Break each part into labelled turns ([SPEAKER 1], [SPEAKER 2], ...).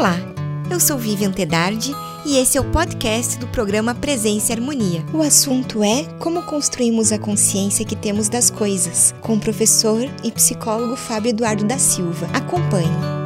[SPEAKER 1] Olá, eu sou Vivian Tedardi e esse é o podcast do programa Presença e Harmonia. O assunto é como construímos a consciência que temos das coisas, com o professor e psicólogo Fábio Eduardo da Silva. Acompanhe.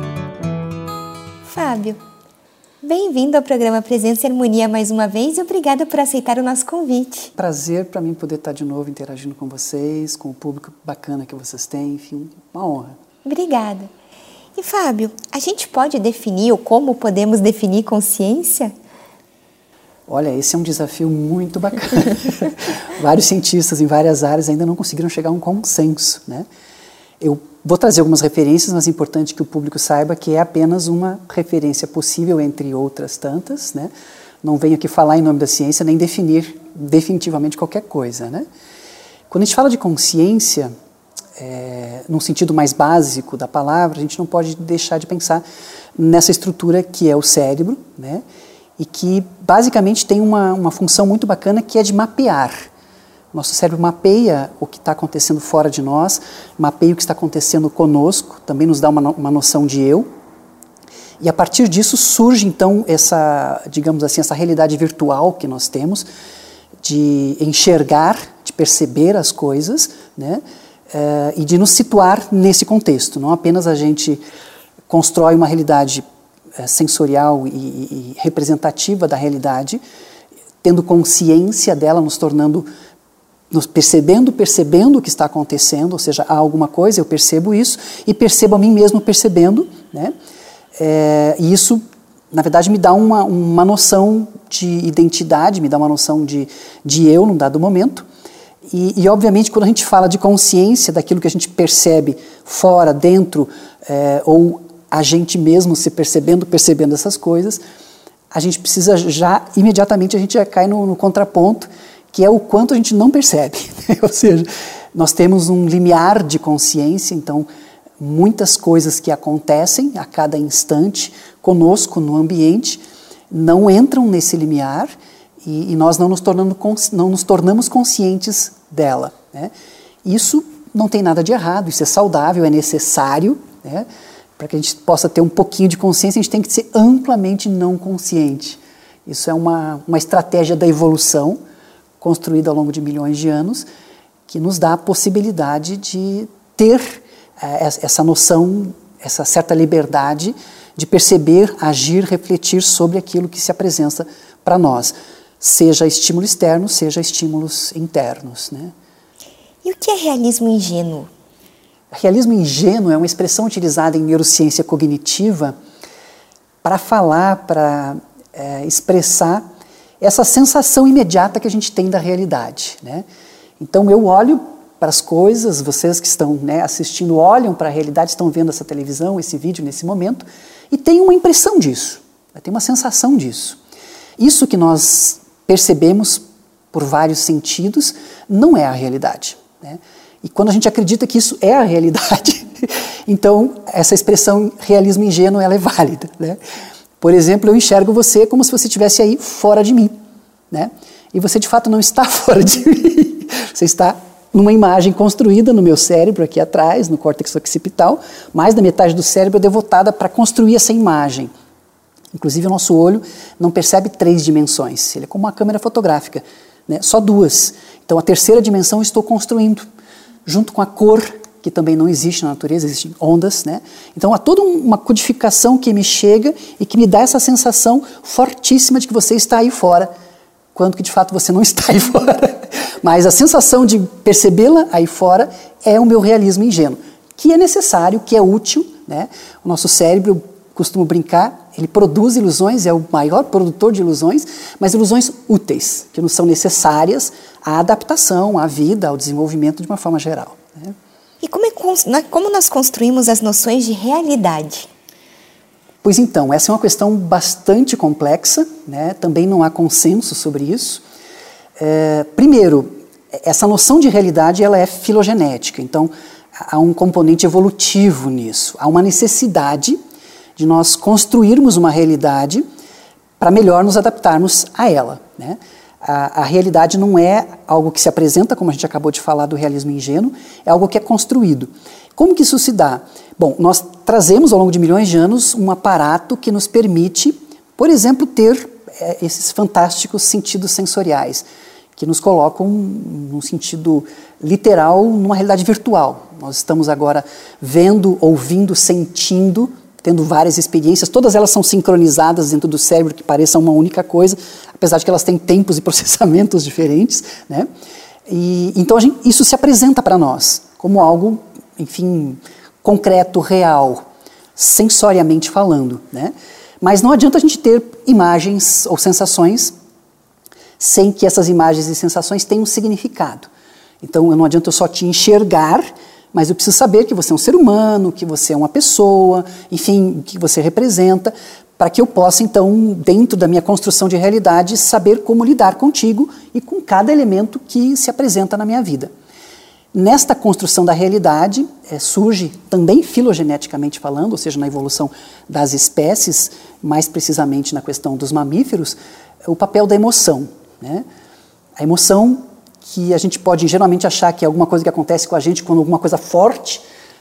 [SPEAKER 1] Fábio, bem-vindo ao programa Presença e Harmonia mais uma vez e obrigada por aceitar o nosso convite.
[SPEAKER 2] Prazer para mim poder estar de novo interagindo com vocês, com o público bacana que vocês têm, enfim, uma honra.
[SPEAKER 1] Obrigada. E Fábio, a gente pode definir ou como podemos definir consciência?
[SPEAKER 2] Olha, esse é um desafio muito bacana. Vários cientistas em várias áreas ainda não conseguiram chegar a um consenso, né? Eu vou trazer algumas referências, mas é importante que o público saiba que é apenas uma referência possível entre outras tantas, né? Não venho aqui falar em nome da ciência nem definir definitivamente qualquer coisa, né? Quando a gente fala de consciência, num sentido mais básico da palavra, a gente não pode deixar de pensar nessa estrutura que é o cérebro, né? E que basicamente tem uma função muito bacana que é de mapear. Nosso cérebro mapeia o que está acontecendo fora de nós, mapeia o que está acontecendo conosco, também nos dá uma noção de eu. E a partir disso surge então essa, digamos assim, essa realidade virtual que nós temos de enxergar, de perceber as coisas, né? E de nos situar nesse contexto. Não apenas a gente constrói uma realidade sensorial e representativa da realidade, tendo consciência dela, nos percebendo o que está acontecendo, ou seja, há alguma coisa, eu percebo isso, e percebo a mim mesmo percebendo, né? E isso, na verdade, me dá uma noção de identidade, me dá uma noção de eu num dado momento. E, obviamente, quando a gente fala de consciência, daquilo que a gente percebe fora, dentro, ou a gente mesmo se percebendo essas coisas, a gente precisa imediatamente a gente já cai no contraponto, que é o quanto a gente não percebe. Ou seja, nós temos um limiar de consciência, então muitas coisas que acontecem a cada instante conosco, no ambiente, não entram nesse limiar e nós não nos tornamos conscientes dela, né? Isso não tem nada de errado, isso é saudável, é necessário, né? Para que a gente possa ter um pouquinho de consciência, a gente tem que ser amplamente não consciente. Isso é uma estratégia da evolução, construída ao longo de milhões de anos, que nos dá a possibilidade de ter essa noção, essa certa liberdade de perceber, agir, refletir sobre aquilo que se apresenta para nós, seja estímulo externo, seja estímulos internos, né?
[SPEAKER 1] E o que é realismo ingênuo?
[SPEAKER 2] Realismo ingênuo é uma expressão utilizada em neurociência cognitiva para falar, para expressar essa sensação imediata que a gente tem da realidade, né? Então eu olho para as coisas, vocês que estão, né, assistindo olham para a realidade, estão vendo essa televisão, esse vídeo nesse momento, e tem uma impressão disso, tem uma sensação disso. Isso que nós percebemos por vários sentidos não é a realidade, né? E quando a gente acredita que isso é a realidade, então essa expressão realismo ingênuo ela é válida, né? Por exemplo, eu enxergo você como se você estivesse aí fora de mim, né? E você de fato não está fora de mim, você está numa imagem construída no meu cérebro aqui atrás, no córtex occipital, mais da metade do cérebro é devotada para construir essa imagem. Inclusive o nosso olho não percebe 3 dimensões, ele é como uma câmera fotográfica, né? Só 2. Então a terceira dimensão eu estou construindo, junto com a cor, que também não existe na natureza, existem ondas, né? Então há toda uma codificação que me chega e que me dá essa sensação fortíssima de que você está aí fora, quando que de fato você não está aí fora. Mas a sensação de percebê-la aí fora é o meu realismo ingênuo, que é necessário, que é útil, né? O nosso cérebro, costumo brincar, ele produz ilusões, é o maior produtor de ilusões, mas ilusões úteis, que não são necessárias à adaptação, à vida, ao desenvolvimento de uma forma geral, né?
[SPEAKER 1] E como nós construímos as noções de realidade?
[SPEAKER 2] Pois então, essa é uma questão bastante complexa, né? Também não há consenso sobre isso. Primeiro, essa noção de realidade ela é filogenética, então há um componente evolutivo nisso, há uma necessidade de nós construirmos uma realidade para melhor nos adaptarmos a ela, né? A realidade não é algo que se apresenta, como a gente acabou de falar do realismo ingênuo, é algo que é construído. Como que isso se dá? Bom, nós trazemos ao longo de milhões de anos um aparato que nos permite, por exemplo, ter esses fantásticos sentidos sensoriais, que nos colocam, num sentido literal, numa realidade virtual. Nós estamos agora vendo, ouvindo, sentindo, tendo várias experiências, todas elas são sincronizadas dentro do cérebro, que pareçam uma única coisa, apesar de que elas têm tempos e processamentos diferentes, né? E então isso se apresenta para nós como algo, enfim, concreto, real, sensoriamente falando, né? Mas não adianta a gente ter imagens ou sensações sem que essas imagens e sensações tenham um significado. Então, não adianta eu só te enxergar, mas eu preciso saber que você é um ser humano, que você é uma pessoa, enfim, o que você representa, para que eu possa, então, dentro da minha construção de realidade, saber como lidar contigo e com cada elemento que se apresenta na minha vida. Nesta construção da realidade, surge também filogeneticamente falando, ou seja, na evolução das espécies, mais precisamente na questão dos mamíferos, o papel da emoção, né? A emoção que a gente pode geralmente achar que é alguma coisa que acontece com a gente quando alguma coisa forte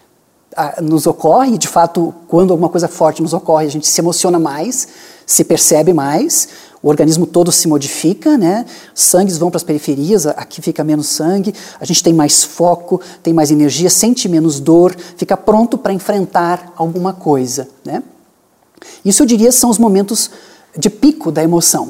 [SPEAKER 2] nos ocorre, e de fato, quando alguma coisa forte nos ocorre, a gente se emociona mais, se percebe mais, o organismo todo se modifica, né? Sangues vão para as periferias, aqui fica menos sangue, a gente tem mais foco, tem mais energia, sente menos dor, fica pronto para enfrentar alguma coisa, né? Isso, eu diria, são os momentos de pico da emoção.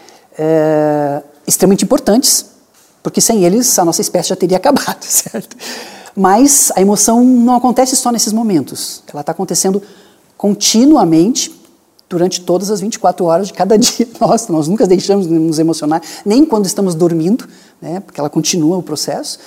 [SPEAKER 2] Extremamente importantes, porque sem eles a nossa espécie já teria acabado, certo? Mas a emoção não acontece só nesses momentos, ela está acontecendo continuamente durante todas as 24 horas de cada dia. Nós nunca deixamos de nos emocionar, nem quando estamos dormindo, né, porque ela continua o processo.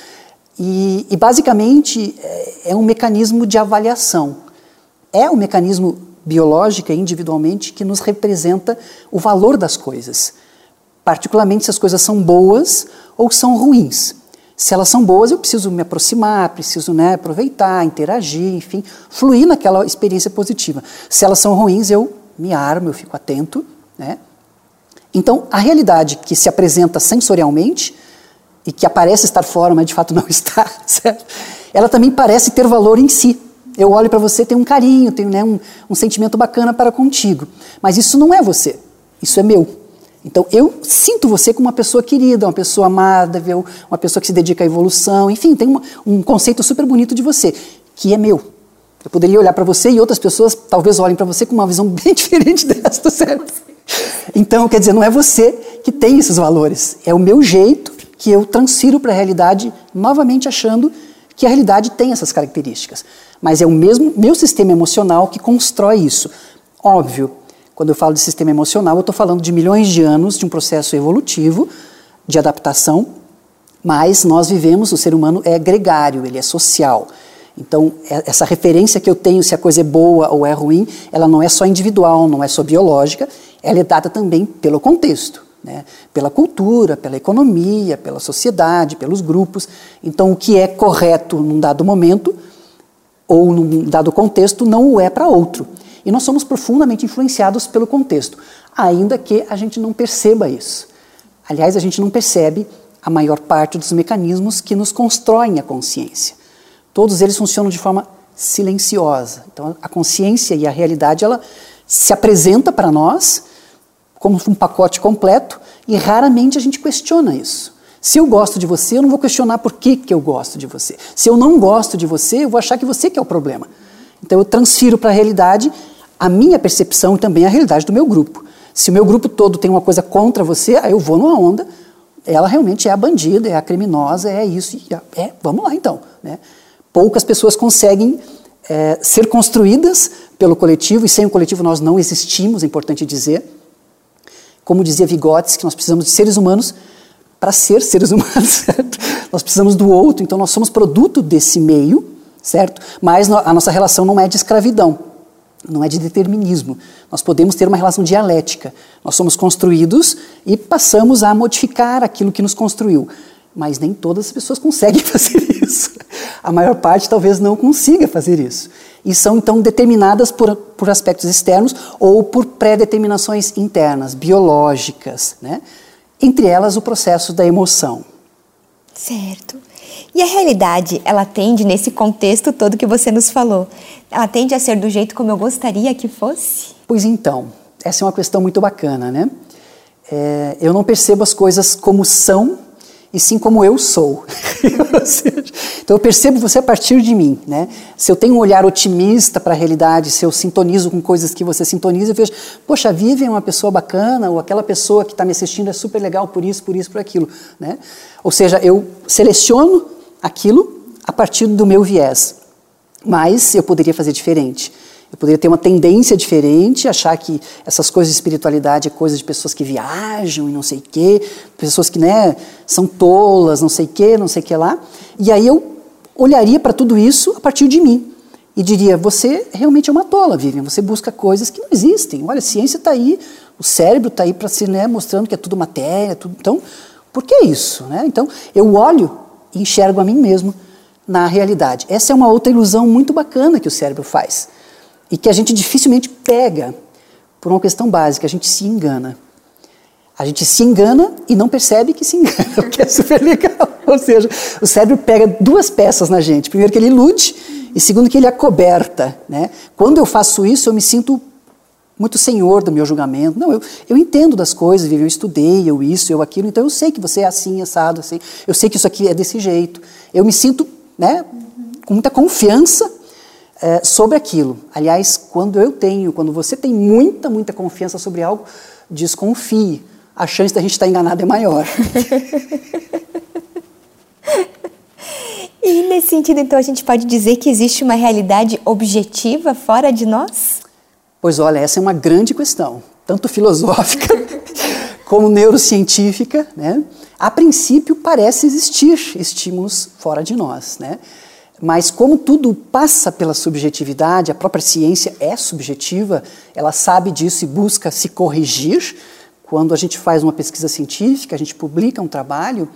[SPEAKER 2] E basicamente é um mecanismo de avaliação. É um mecanismo biológico, individualmente, que nos representa o valor das coisas. Particularmente se as coisas são boas ou são ruins. Se elas são boas, eu preciso me aproximar, preciso, né, aproveitar, interagir, enfim, fluir naquela experiência positiva. Se elas são ruins, eu me armo, eu fico atento, né? Então, a realidade que se apresenta sensorialmente e que aparece estar fora, mas de fato não está, certo? Ela também parece ter valor em si. Eu olho para você, tenho um carinho, tenho, né, um sentimento bacana para contigo. Mas isso não é você, isso é meu. Então, eu sinto você como uma pessoa querida, uma pessoa amada, uma pessoa que se dedica à evolução, enfim, tem um conceito super bonito de você, que é meu. Eu poderia olhar para você e outras pessoas talvez olhem para você com uma visão bem diferente desta, certo? Então, quer dizer, não é você que tem esses valores, é o meu jeito que eu transfiro para a realidade, novamente achando que a realidade tem essas características. Mas é o mesmo meu sistema emocional que constrói isso. Óbvio, quando eu falo de sistema emocional, eu estou falando de milhões de anos de um processo evolutivo, de adaptação, mas nós vivemos, o ser humano é gregário, ele é social. Então, essa referência que eu tenho, se a coisa é boa ou é ruim, ela não é só individual, não é só biológica, ela é dada também pelo contexto, né? Pela cultura, pela economia, pela sociedade, pelos grupos. Então, o que é correto num dado momento ou num dado contexto não o é para outro. E nós somos profundamente influenciados pelo contexto, ainda que a gente não perceba isso. Aliás, a gente não percebe a maior parte dos mecanismos que nos constroem a consciência. Todos eles funcionam de forma silenciosa. Então, a consciência e a realidade, ela se apresenta para nós como um pacote completo e raramente a gente questiona isso. Se eu gosto de você, eu não vou questionar por que eu gosto de você. Se eu não gosto de você, eu vou achar que você que é o problema. Então, eu transfiro para a realidade a minha percepção e também a realidade do meu grupo. Se o meu grupo todo tem uma coisa contra você, aí eu vou numa onda, ela realmente é a bandida, é a criminosa, é isso, vamos lá então, né? Poucas pessoas conseguem ser construídas pelo coletivo, e sem o coletivo nós não existimos, é importante dizer. Como dizia Vygotsky, nós precisamos de seres humanos para ser seres humanos, certo? Nós precisamos do outro, então nós somos produto desse meio, certo? Mas a nossa relação não é de escravidão, não é de determinismo. Nós podemos ter uma relação dialética. Nós somos construídos e passamos a modificar aquilo que nos construiu. Mas nem todas as pessoas conseguem fazer isso. A maior parte talvez não consiga fazer isso. E são então determinadas por aspectos externos ou por pré-determinações internas, biológicas, né? Entre elas o processo da emoção.
[SPEAKER 1] Certo. E a realidade, ela tende, nesse contexto todo que você nos falou, ela tende a ser do jeito como eu gostaria que fosse?
[SPEAKER 2] Pois então, essa é uma questão muito bacana, né? Eu não percebo as coisas como são, e sim como eu sou. Então eu percebo você a partir de mim, né? Se eu tenho um olhar otimista para a realidade, se eu sintonizo com coisas que você sintoniza, eu vejo, poxa, a Vivian é uma pessoa bacana, ou aquela pessoa que está me assistindo é super legal por isso, por aquilo, né? Ou seja, eu seleciono aquilo a partir do meu viés, mas eu poderia fazer diferente. Eu poderia ter uma tendência diferente, achar que essas coisas de espiritualidade é coisa de pessoas que viajam e não sei o quê, pessoas que, né, são tolas, não sei o que lá. E aí eu olharia para tudo isso a partir de mim e diria, você realmente é uma tola, Vivian, você busca coisas que não existem. Olha, a ciência está aí, o cérebro está aí para se, né, mostrando que é tudo matéria, tudo. Então, por que isso? Né? Então, eu olho e enxergo a mim mesmo na realidade. Essa é uma outra ilusão muito bacana que o cérebro faz. E que a gente dificilmente pega por uma questão básica, a gente se engana. A gente se engana e não percebe que se engana, o que é super legal. Ou seja, o cérebro pega duas peças na gente. Primeiro que ele ilude e segundo que ele acoberta. Né? Quando eu faço isso, eu me sinto muito senhor do meu julgamento. Não, eu entendo das coisas, eu estudei, eu isso, eu aquilo, então eu sei que você é assim, assado, assim, eu sei que isso aqui é desse jeito. Eu me sinto, né, com muita confiança sobre aquilo. Aliás, quando você tem muita confiança sobre algo, desconfie. A chance da gente estar enganado é maior.
[SPEAKER 1] E nesse sentido, então, a gente pode dizer que existe uma realidade objetiva fora de nós?
[SPEAKER 2] Pois olha, essa é uma grande questão, tanto filosófica como neurocientífica, né? A princípio parece existir estímulos fora de nós, né? Mas como tudo passa pela subjetividade, a própria ciência é subjetiva, ela sabe disso e busca se corrigir. Quando a gente faz uma pesquisa científica, a gente publica um trabalho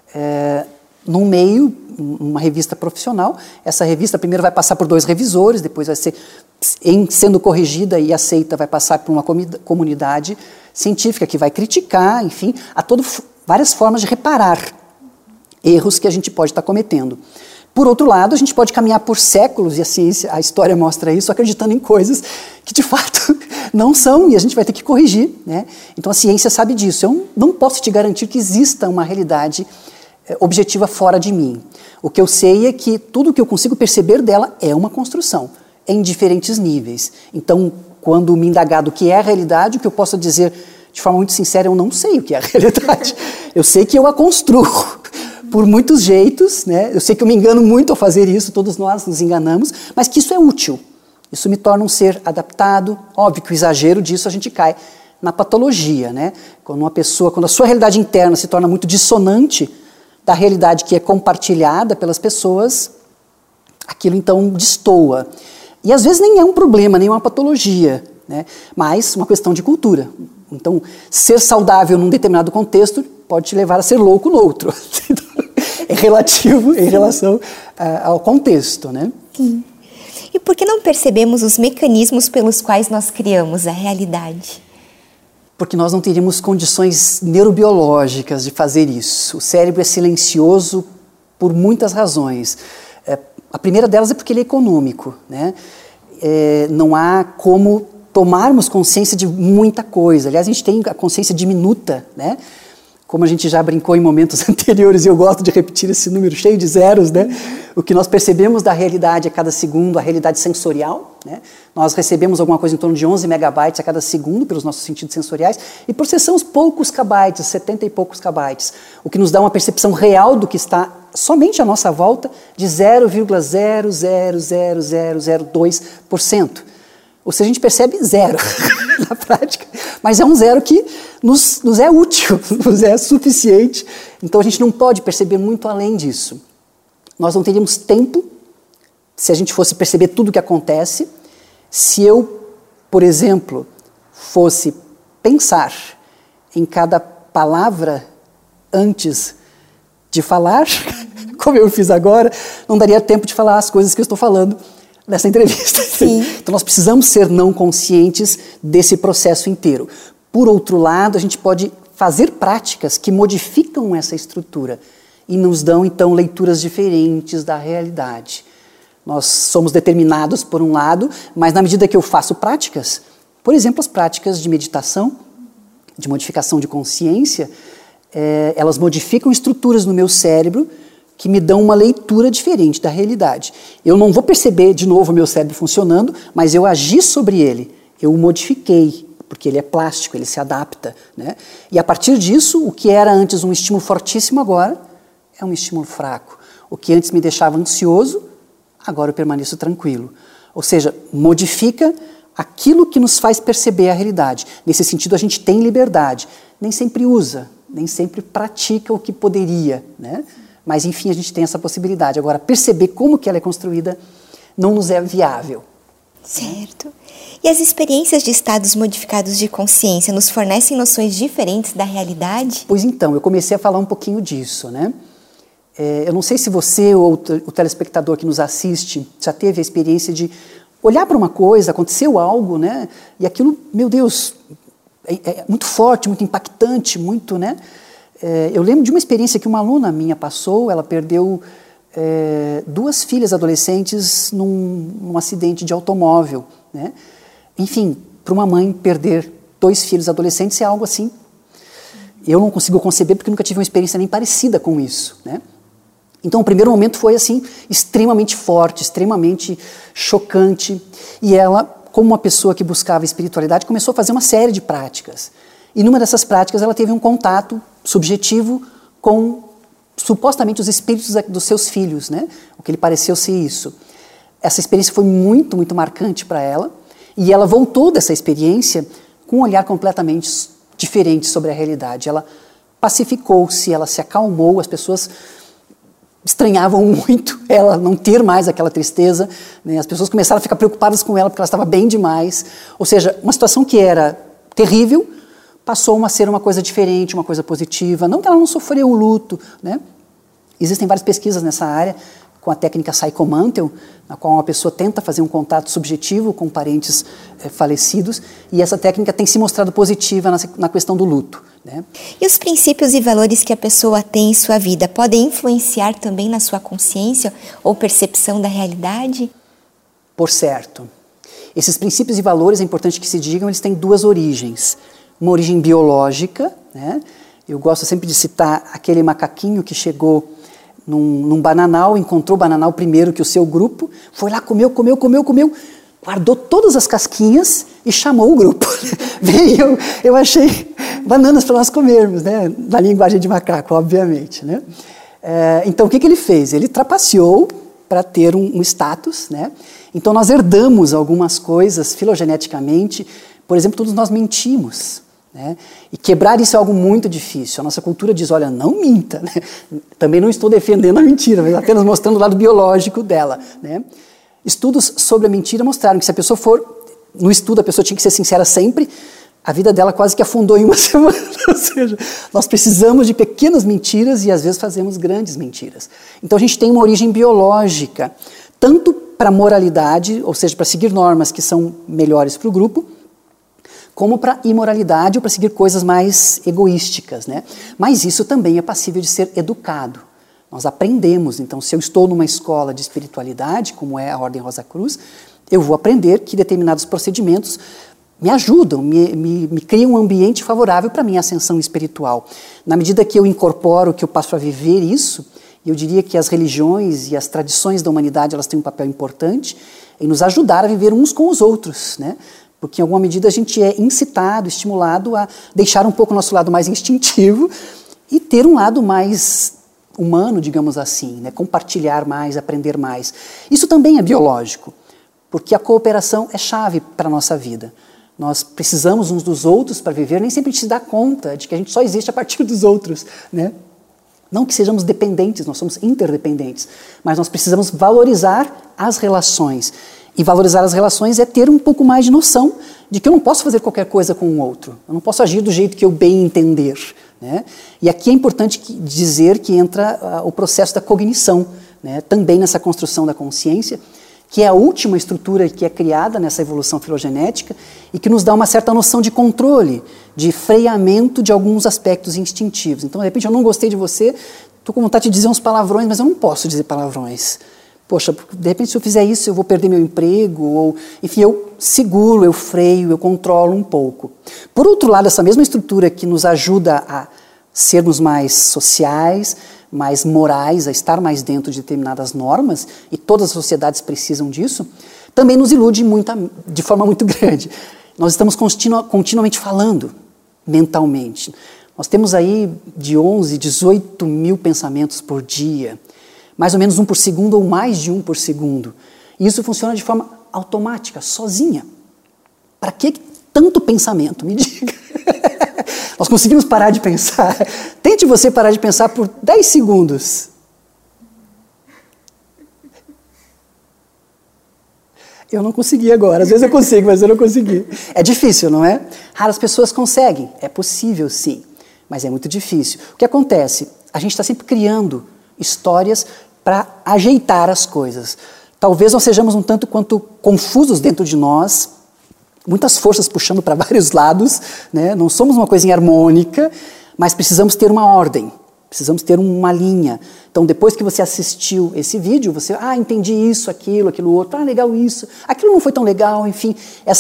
[SPEAKER 2] num meio, uma revista profissional. Essa revista primeiro vai passar por 2 revisores, depois vai ser, sendo corrigida e aceita, vai passar por uma comunidade científica que vai criticar, enfim, há várias formas de reparar erros que a gente pode estar cometendo. Por outro lado, a gente pode caminhar por séculos, e a ciência, a história mostra isso, acreditando em coisas que de fato não são, e a gente vai ter que corrigir, né? Então a ciência sabe disso. Eu não posso te garantir que exista uma realidade objetiva fora de mim. O que eu sei é que tudo que eu consigo perceber dela é uma construção, em diferentes níveis. Então, quando me indagar do que é a realidade, o que eu posso dizer de forma muito sincera, eu não sei o que é a realidade. Eu sei que eu a construo por muitos jeitos, né? Eu sei que eu me engano muito ao fazer isso, todos nós nos enganamos, mas que isso é útil. Isso me torna um ser adaptado. Óbvio que o exagero disso a gente cai na patologia, né? Quando a sua realidade interna se torna muito dissonante da realidade que é compartilhada pelas pessoas, aquilo então destoa. E às vezes nem é um problema, nem uma patologia, né? Mas uma questão de cultura. Então, ser saudável num determinado contexto pode te levar a ser louco no outro. É relativo em relação ao contexto, né?
[SPEAKER 1] Sim. E por que não percebemos os mecanismos pelos quais nós criamos a realidade?
[SPEAKER 2] Porque nós não teríamos condições neurobiológicas de fazer isso. O cérebro é silencioso por muitas razões. A primeira delas é porque ele é econômico, né? Não há como tomarmos consciência de muita coisa. Aliás, a gente tem a consciência diminuta, né? Como a gente já brincou em momentos anteriores, e eu gosto de repetir esse número cheio de zeros, né? O que nós percebemos da realidade a cada segundo, a realidade sensorial, né? Nós recebemos alguma coisa em torno de 11 megabytes a cada segundo pelos nossos sentidos sensoriais e processamos poucos kbytes, 70 e poucos kbytes, o que nos dá uma percepção real do que está somente à nossa volta de 0,0000002%. Ou seja, a gente percebe zero na prática, mas é um zero que nos é útil, nos é suficiente. Então a gente não pode perceber muito além disso. Nós não teríamos tempo, se a gente fosse perceber tudo o que acontece, se eu, por exemplo, fosse pensar em cada palavra antes de falar, como eu fiz agora, não daria tempo de falar as coisas que eu estou falando nessa entrevista.
[SPEAKER 1] Sim.
[SPEAKER 2] Então nós precisamos ser não conscientes desse processo inteiro. Por outro lado, a gente pode fazer práticas que modificam essa estrutura. e nos dão, então, leituras diferentes da realidade. Nós somos determinados por um lado, mas na medida que eu faço práticas, por exemplo, as práticas de meditação, de modificação de consciência, elas modificam estruturas no meu cérebro que me dão uma leitura diferente da realidade. Eu não vou perceber de novo o meu cérebro funcionando, mas eu agi sobre ele, eu o modifiquei, porque ele é plástico, ele se adapta, né? E a partir disso, o que era antes um estímulo fortíssimo agora é um estímulo fraco. O que antes me deixava ansioso, agora eu permaneço tranquilo. Ou seja, modifica aquilo que nos faz perceber a realidade. Nesse sentido, a gente tem liberdade. Nem sempre usa, nem sempre pratica o que poderia, né? Mas, enfim, a gente tem essa possibilidade. Agora, perceber como que ela é construída não nos é viável.
[SPEAKER 1] Certo. E as experiências de estados modificados de consciência nos fornecem noções diferentes da realidade?
[SPEAKER 2] Pois então, eu comecei a falar um pouquinho disso, né? Eu não sei se você ou o telespectador que nos assiste já teve a experiência de olhar para uma coisa, aconteceu algo, né? E aquilo, meu Deus, é muito forte, muito impactante, muito, né? Eu lembro de uma experiência que uma aluna minha passou, ela perdeu 2 filhas adolescentes num acidente de automóvel, né? Enfim, para uma mãe perder 2 filhos adolescentes é algo assim, eu não consigo conceber porque nunca tive uma experiência nem parecida com isso, né? Então o primeiro momento foi assim, extremamente forte, extremamente chocante, e ela, como uma pessoa que buscava espiritualidade, começou a fazer uma série de práticas. E numa dessas práticas ela teve um contato subjetivo com supostamente os espíritos dos seus filhos, né? O que lhe pareceu ser isso. Essa experiência foi muito, muito marcante para ela, e ela voltou dessa experiência com um olhar completamente diferente sobre a realidade. Ela pacificou-se, ela se acalmou, as pessoas estranhavam muito ela não ter mais aquela tristeza, né? As pessoas começaram a ficar preocupadas com ela porque ela estava bem demais. Ou seja, uma situação que era terrível passou a ser uma coisa diferente, uma coisa positiva. Não que ela não sofreu o luto, né? Existem várias pesquisas nessa área com a técnica Psychomantel, na qual uma pessoa tenta fazer um contato subjetivo com parentes falecidos, e essa técnica tem se mostrado positiva na questão do luto, né?
[SPEAKER 1] E os princípios e valores que a pessoa tem em sua vida podem influenciar também na sua consciência ou percepção da realidade?
[SPEAKER 2] Por certo. Esses princípios e valores, é importante que se digam, eles têm 2 origens. Uma origem biológica, né? Eu gosto sempre de citar aquele macaquinho que chegou num bananal, encontrou o bananal primeiro que o seu grupo, foi lá, comeu, guardou todas as casquinhas e chamou o grupo. Eu achei bananas para nós comermos, né? Na linguagem de macaco, obviamente, né? Então, o que ele fez? Ele trapaceou para ter um status, né? Então, nós herdamos algumas coisas filogeneticamente. Por exemplo, todos nós mentimos, né? E quebrar isso é algo muito difícil. A nossa cultura diz, olha, não minta, né? Também não estou defendendo a mentira, mas apenas mostrando o lado biológico dela, né? Estudos sobre a mentira mostraram que se a pessoa no estudo a pessoa tinha que ser sincera sempre, a vida dela quase que afundou em uma semana. Ou seja, nós precisamos de pequenas mentiras e às vezes fazemos grandes mentiras. Então a gente tem uma origem biológica, tanto para a moralidade, ou seja, para seguir normas que são melhores para o grupo, como para imoralidade ou para seguir coisas mais egoísticas, né? Mas isso também é passível de ser educado. Nós aprendemos, então, se eu estou numa escola de espiritualidade, como é a Ordem Rosa Cruz, eu vou aprender que determinados procedimentos me ajudam, me criam um ambiente favorável para a minha ascensão espiritual. Na medida que eu incorporo, que eu passo a viver isso, eu diria que as religiões e as tradições da humanidade, elas têm um papel importante em nos ajudar a viver uns com os outros, né? Porque, em alguma medida, a gente é incitado, estimulado a deixar um pouco o nosso lado mais instintivo e ter um lado mais humano, digamos assim, né? Compartilhar mais, aprender mais. Isso também é biológico, porque a cooperação é chave para a nossa vida. Nós precisamos uns dos outros para viver, nem sempre a gente se dá conta de que a gente só existe a partir dos outros, né? Não que sejamos dependentes, nós somos interdependentes, mas nós precisamos valorizar as relações. E valorizar as relações é ter um pouco mais de noção de que eu não posso fazer qualquer coisa com o outro. Eu não posso agir do jeito que eu bem entender, né? E aqui é importante dizer que entra o processo da cognição, né? Também nessa construção da consciência, que é a última estrutura que é criada nessa evolução filogenética e que nos dá uma certa noção de controle, de freamento de alguns aspectos instintivos. Então, de repente, eu não gostei de você, estou com vontade de dizer uns palavrões, mas eu não posso dizer palavrões. Poxa, de repente se eu fizer isso eu vou perder meu emprego, ou, enfim, eu seguro, eu freio, eu controlo um pouco. Por outro lado, essa mesma estrutura que nos ajuda a sermos mais sociais, mais morais, a estar mais dentro de determinadas normas, e todas as sociedades precisam disso, também nos ilude de forma muito grande. Nós estamos continuamente falando mentalmente. Nós temos aí de 11, 18 mil pensamentos por dia, mais ou menos um por segundo ou mais de um por segundo. E isso funciona de forma automática, sozinha. Para que tanto pensamento? Me diga. Nós conseguimos parar de pensar. Tente você parar de pensar por 10 segundos. Eu não consegui agora. Às vezes eu consigo, mas eu não consegui. É difícil, não é? Raras pessoas conseguem. É possível, sim. Mas é muito difícil. O que acontece? A gente está sempre criando histórias para ajeitar as coisas. Talvez nós sejamos um tanto quanto confusos dentro de nós, muitas forças puxando para vários lados, né? Não somos uma coisinha harmônica, mas precisamos ter uma ordem, precisamos ter uma linha. Então, depois que você assistiu esse vídeo, você, entendi isso, aquilo outro, legal isso, aquilo não foi tão legal, enfim,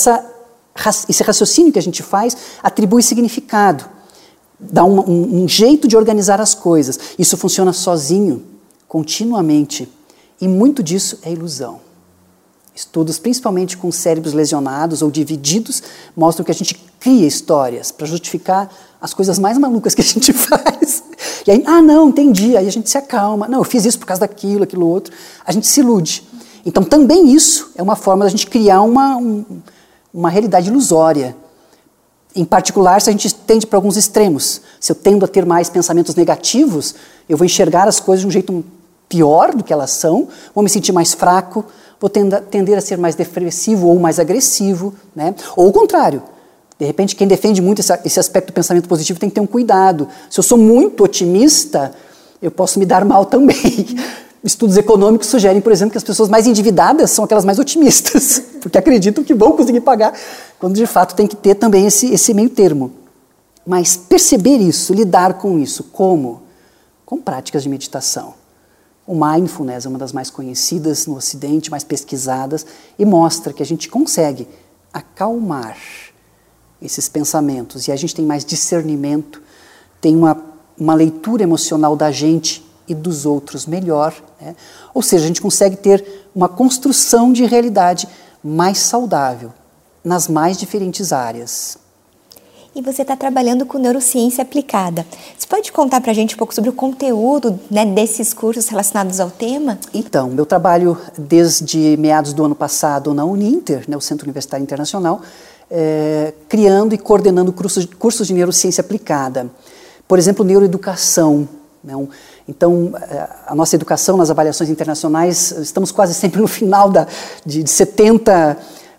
[SPEAKER 2] esse raciocínio que a gente faz atribui significado, dá um jeito de organizar as coisas. Isso funciona sozinho, continuamente, e muito disso é ilusão. Estudos, principalmente com cérebros lesionados ou divididos, mostram que a gente cria histórias para justificar as coisas mais malucas que a gente faz. E aí, não, entendi, aí a gente se acalma. Não, eu fiz isso por causa daquilo, aquilo outro. A gente se ilude. Então, também isso é uma forma da gente criar uma realidade ilusória. Em particular, se a gente tende para alguns extremos. Se eu tendo a ter mais pensamentos negativos, eu vou enxergar as coisas de um jeito pior do que elas são, vou me sentir mais fraco, vou tender a ser mais depressivo ou mais agressivo, né? Ou o contrário. De repente, quem defende muito esse aspecto do pensamento positivo tem que ter um cuidado. Se eu sou muito otimista, eu posso me dar mal também. Estudos econômicos sugerem, por exemplo, que as pessoas mais endividadas são aquelas mais otimistas, porque acreditam que vão conseguir pagar, quando de fato tem que ter também esse meio termo. Mas perceber isso, lidar com isso, como? Com práticas de meditação. O mindfulness é uma das mais conhecidas no Ocidente, mais pesquisadas, e mostra que a gente consegue acalmar esses pensamentos, e a gente tem mais discernimento, tem uma leitura emocional da gente e dos outros melhor, né? Ou seja, a gente consegue ter uma construção de realidade mais saudável nas mais diferentes áreas.
[SPEAKER 1] E você está trabalhando com neurociência aplicada. Você pode contar para a gente um pouco sobre o conteúdo, né, desses cursos relacionados ao tema?
[SPEAKER 2] Então, meu trabalho desde meados do ano passado na Uninter, né, o Centro Universitário Internacional, criando e coordenando cursos de neurociência aplicada. Por exemplo, neuroeducação. Né, então, a nossa educação nas avaliações internacionais, estamos quase sempre no final de 70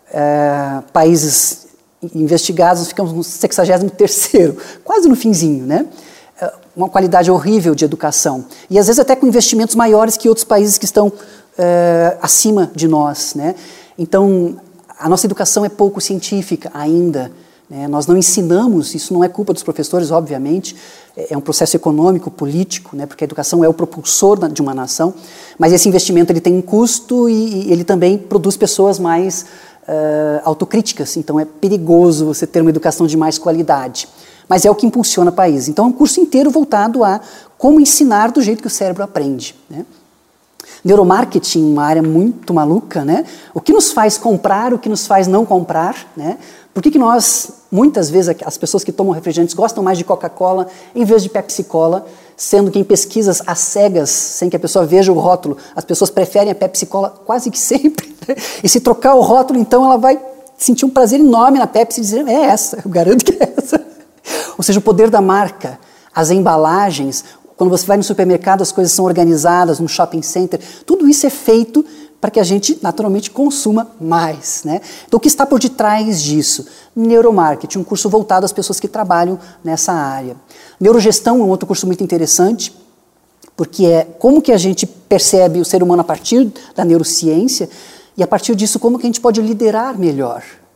[SPEAKER 2] países investigados, nós ficamos no 63º, quase no finzinho, né? Uma qualidade horrível de educação. E às vezes até com investimentos maiores que outros países que estão acima de nós, né? Então, a nossa educação é pouco científica ainda, né? Nós não ensinamos, isso não é culpa dos professores, obviamente, é um processo econômico, político, né? Porque a educação é o propulsor de uma nação, mas esse investimento ele tem um custo e ele também produz pessoas mais autocríticas, então é perigoso você ter uma educação de mais qualidade, mas é o que impulsiona o país. Então é um curso inteiro voltado a como ensinar do jeito que o cérebro aprende, né? Neuromarketing, uma área muito maluca, né? O que nos faz comprar, o que nos faz não comprar, né? Por que nós, muitas vezes, as pessoas que tomam refrigerantes gostam mais de Coca-Cola em vez de Pepsi-Cola, sendo que em pesquisas às cegas, sem que a pessoa veja o rótulo, as pessoas preferem a Pepsi-Cola quase que sempre, né? E se trocar o rótulo, então ela vai sentir um prazer enorme na Pepsi e dizer, é essa, eu garanto que é essa. Ou seja, o poder da marca, as embalagens, quando você vai no supermercado, as coisas são organizadas, no shopping center, tudo isso é feito para que a gente, naturalmente, consuma mais, né? Então, o que está por detrás disso? Neuromarketing, um curso voltado às pessoas que trabalham nessa área. Neurogestão é um outro curso muito interessante, porque é como que a gente percebe o ser humano a partir da neurociência e, a partir disso, como que a gente pode liderar melhor,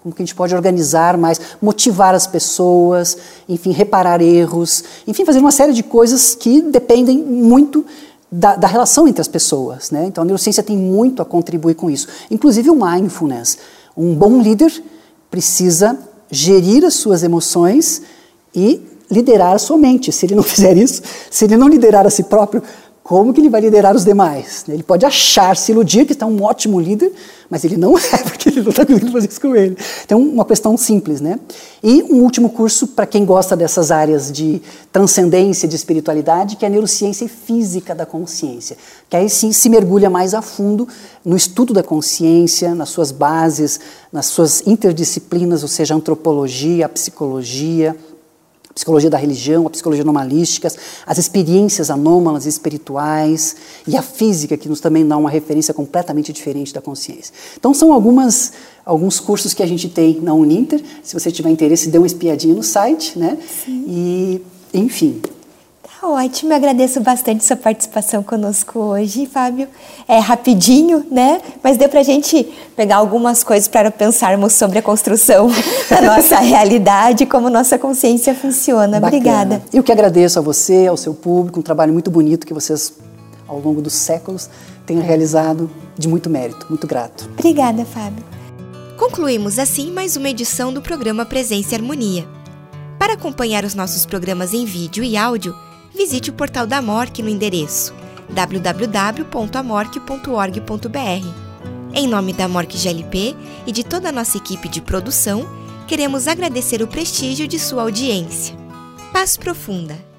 [SPEAKER 2] como que a gente pode organizar mais, motivar as pessoas, enfim, reparar erros, enfim, fazer uma série de coisas que dependem muito da relação entre as pessoas, né? Então a neurociência tem muito a contribuir com isso, inclusive o mindfulness. Um bom líder precisa gerir as suas emoções e liderar a sua mente. Se ele não fizer isso, se ele não liderar a si próprio, como que ele vai liderar os demais? Ele pode achar, se iludir que está um ótimo líder, mas ele não é, porque ele não está conseguindo fazer isso com ele. Então, uma questão simples, né? E um último curso para quem gosta dessas áreas de transcendência, de espiritualidade, que é a neurociência e física da consciência. Que aí sim se mergulha mais a fundo no estudo da consciência, nas suas bases, nas suas interdisciplinas, ou seja, a antropologia, a psicologia da religião, a psicologia anomalística, as experiências anômalas e espirituais e a física, que nos também dá uma referência completamente diferente da consciência. Então são alguns cursos que a gente tem na Uninter. Se você tiver interesse, dê uma espiadinha no site, né? Sim. E, enfim.
[SPEAKER 1] Tá ótimo, eu agradeço bastante sua participação conosco hoje, Fábio. É rapidinho, né? Mas deu pra gente pegar algumas coisas para pensarmos sobre a construção da nossa realidade, como nossa consciência funciona.
[SPEAKER 2] Bacana.
[SPEAKER 1] Obrigada.
[SPEAKER 2] Eu que agradeço a você, ao seu público, um trabalho muito bonito que vocês, ao longo dos séculos, têm realizado de muito mérito. Muito grato.
[SPEAKER 1] Obrigada, Fábio.
[SPEAKER 3] Concluímos assim mais uma edição do programa Presença e Harmonia. Para acompanhar os nossos programas em vídeo e áudio, visite o portal da Amorque no endereço www.amorque.org.br. Em nome da Amorque GLP e de toda a nossa equipe de produção, queremos agradecer o prestígio de sua audiência. Paz profunda!